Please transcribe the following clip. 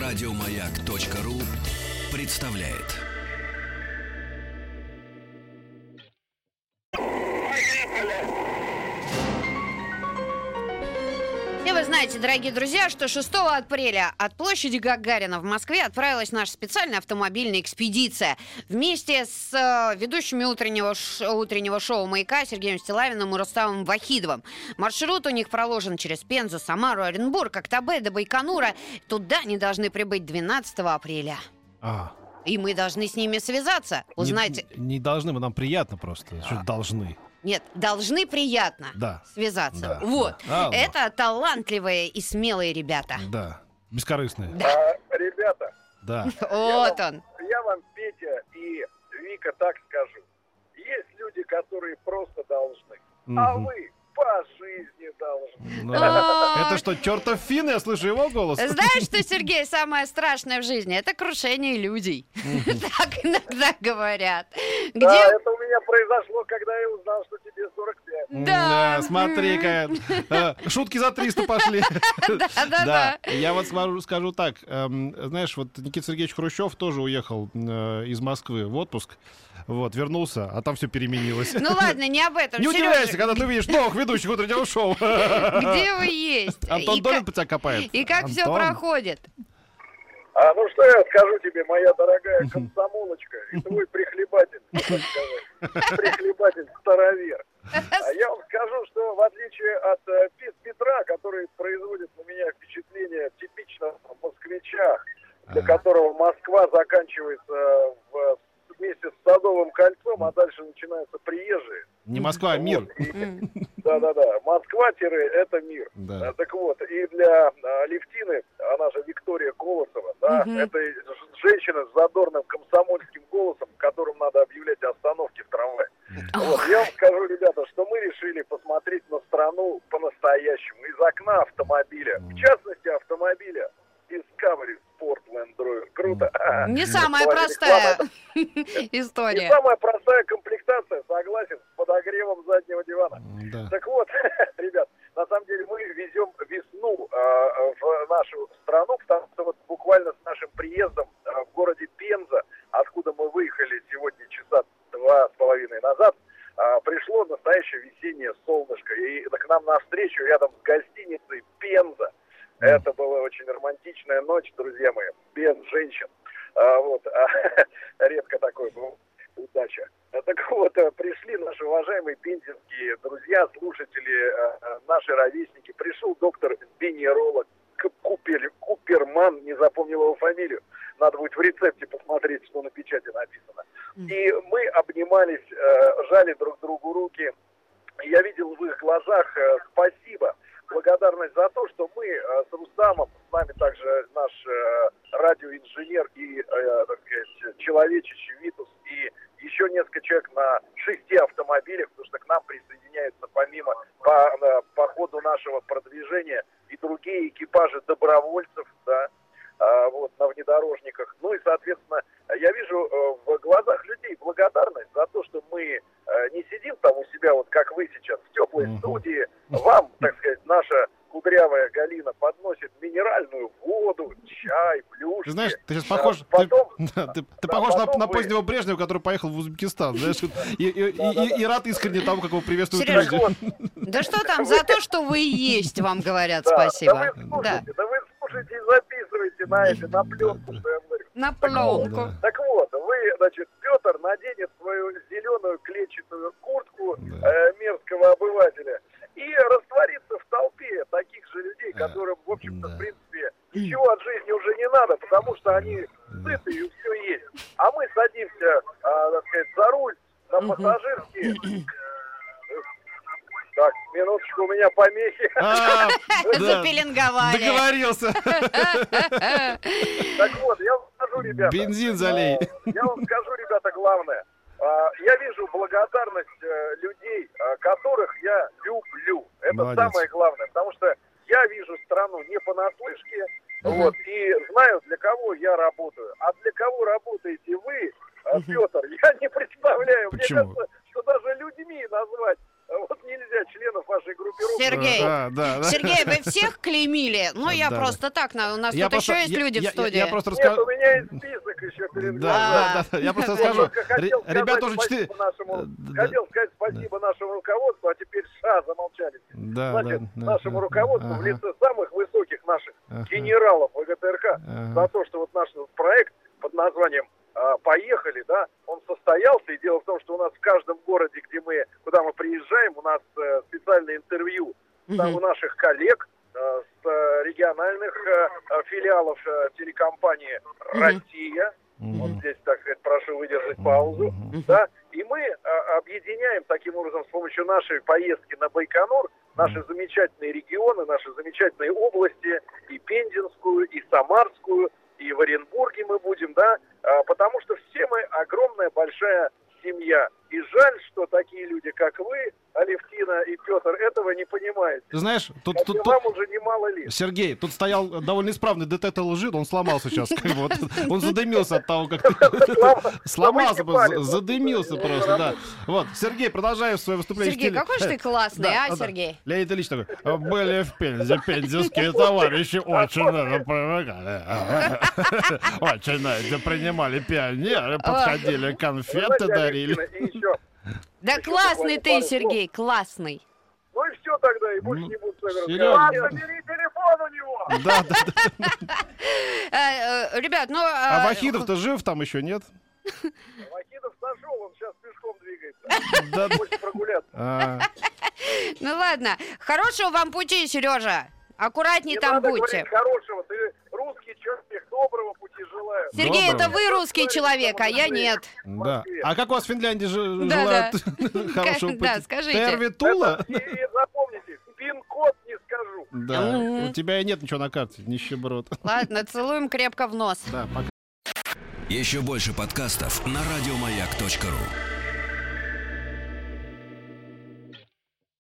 Радиомаяк.ру представляет. И вы знаете, дорогие друзья, что 6 апреля от площади Гагарина в Москве отправилась наша специальная автомобильная экспедиция вместе с ведущими утреннего шоу «Маяка» Сергеем Стиллавиным и Рустамом Вахидовым. Маршрут у них проложен через Пензу, Самару, Оренбург, Актабе до Байконура. Туда они должны прибыть 12 апреля. И мы должны с ними связаться, узнать... Не должны, нам приятно просто. Что должны? Нет, должны приятно связаться. Да, вот. да. Это талантливые и смелые ребята. Да, бескорыстные. Да. Ребята, Да. Вот он. я вам, Петя и Вика, так скажу. Есть люди, которые просто должны, а вы по жизни должны. Это что, чертов Фин? Я слышу его голос. Знаешь, что, Сергей, самое страшное в жизни? Это крушение иллюзий. Так иногда говорят. Да, это у меня произошло, когда я узнал, что тебе 45. Да. Смотри-ка. Шутки за 300 пошли. Да. Я вот скажу так. Знаешь, вот Никита Сергеевич Хрущев тоже уехал из Москвы в отпуск. Вот, вернулся, а там все переменилось. Ну ладно, не об этом. Не Сережа, удивляйся, когда ты видишь новых ведущих утреннего шоу. где вы есть? Антон Долин по тебя копает. И как все проходит? Ну что я скажу тебе, моя дорогая комсомолочка и твой прихлебатель, прихлебатель-старовер. Я вам скажу, что в отличие от Петра, который производит на меня впечатление типичного москвича, для которого Москва заканчивается вместе с Садовым кольцом, а дальше начинаются приезжие. Не Москва, а мир. Да-да-да. Москва-это мир. Да. Так вот, и для Алевтины, она же Виктория Колосова, да, это женщина с задорным комсомольским голосом, которым надо объявлять остановки в трамвае. Вот, я вам скажу, ребята, что мы решили посмотреть на страну по-настоящему из окна автомобиля. В частности, автомобиля Discovery Sport Land Rover. Круто. Не самая простая история. Не самая простая комплектация, согласен, с подогревом заднего дивана. Да. Так вот, ребят, на самом деле мы везем весну в нашу страну, потому что вот буквально с нашим приездом в городе Пенза, откуда мы выехали сегодня часа 2,5 назад, пришло настоящее весеннее солнышко. И к нам навстречу рядом с гостиницей Пенза. Это была очень романтичная ночь, друзья мои, без женщин. Редко такое было. Удача. Так вот, пришли наши уважаемые пензенские друзья, слушатели, наши ровесники. Пришел доктор-венеролог Куперман, не запомнил его фамилию. Надо будет в рецепте посмотреть, что на печати написано. И мы обнимались, жали друг другу руки. Я видел в их глазах спасибо, благодарность за то, что мы с Рустамом, с нами также наш радиоинженер и, так сказать, человечище Витус, и еще несколько человек на 6 автомобилях, потому что к нам присоединяются помимо по ходу нашего продвижения и другие экипажи добровольцев, да, на внедорожниках. Ну и, соответственно, я вижу в глазах людей благодарность за то, что мы не сидим там у себя, вот как вы сейчас, в теплой студии. Вам, так сказать, наша кудрявая Галина подносит минеральную воду, чай, плюшки. Ты знаешь, ты сейчас похож... Ты похож на позднего Брежнева, который поехал в Узбекистан, знаешь, и рад искренне тому, как его приветствуют люди. Да что там, за то, что вы есть, вам говорят спасибо. Да вы слушайте и записывайте на пленку, что я говорю. На пленку. Так вот, значит, Петр наденет свою зеленую клетчатую куртку мерзкого обывателя и растворится в толпе таких же людей, которым, в общем-то, в принципе, ничего от жизни уже не надо, потому что они сыты и все есть. А мы садимся, так сказать, за руль на пассажирский. Так, минуточку, у меня помехи. Запеленговали. Договорился. Так вот, я вам скажу, ребята. Бензин залей. Я вам скажу, ребята, главное. Я вижу благодарность людей, которых я люблю. Это Молодец. самое главное, потому что я вижу страну не понаслышке, и знаю, для кого я работаю. А для кого работаете вы, Петр, я не представляю. Почему? Мне кажется, что даже людьми назвать вот нельзя членов вашей группы группировку. Сергей, Да. Сергей, вы всех клеймили? Ну, я Да. просто так, у нас Я тут еще просто- есть люди в студии. Я просто Нет, расскажу. у меня есть список еще перед Да. Я просто Я расскажу. только хотел сказать Ребята уже 4... спасибо хотел сказать спасибо нашему руководству, а теперь замолчали. Значит, нашему руководству в лице самых высоких наших генералов ВГТРК за то, что вот наш проект под названием «Поехали», да, он состоялся. И дело в том, что у нас в каждом городе, куда мы приезжаем, у нас специальное интервью там у наших коллег с региональных филиалов телекомпании «Россия». Вот здесь, так сказать, прошу выдержать паузу. Да? И мы объединяем таким образом с помощью нашей поездки на Байконур наши замечательные регионы, наши замечательные области, и Пензенскую, и Самарскую, и в Оренбурге мы будем, да, потому что все мы огромная большая семья. И жаль, что такие люди, как вы, Алевтина и Петр, этого не понимаете. Ты знаешь, тут вам уже немало лет. Сергей, тут стоял довольно исправный детектор лжи, он сломался сейчас. Вот. Он задымился от того, как... Сломался, задымился просто, да. Вот, Сергей, продолжаем свое выступление. Сергей, какой же ты классный, Сергей? Леонид Ильич такой: были в Пензе пензенские товарищи, очень помогали. Очень принимали пионеры, подходили, конфеты дарили. Да классный ты, Сергей, классный. Ну и все тогда, и больше не буду с вами Серьезно? разговаривать. Бери телефон у него! Да. Ребят, А Вахидов-то жив там еще, нет? Вахидов сошел, он сейчас пешком двигается. Да. Хочет прогуляться. Ну ладно, хорошего вам пути, Сережа. Аккуратней Не там надо будьте. говорить хорошего, ты русский человек, доброго пути желаю. Сергей, Доброго. это вы русский человек, а я нет. Да. А как у вас в Финляндии Да, желают хорошего Да, пути? скажите. Тервитула? И запомните, пин-код не скажу. Да. У тебя и нет ничего на карте, нищеброд. Ладно, целуем крепко в нос. Да, пока. Еще больше подкастов на радиомаяк.ру.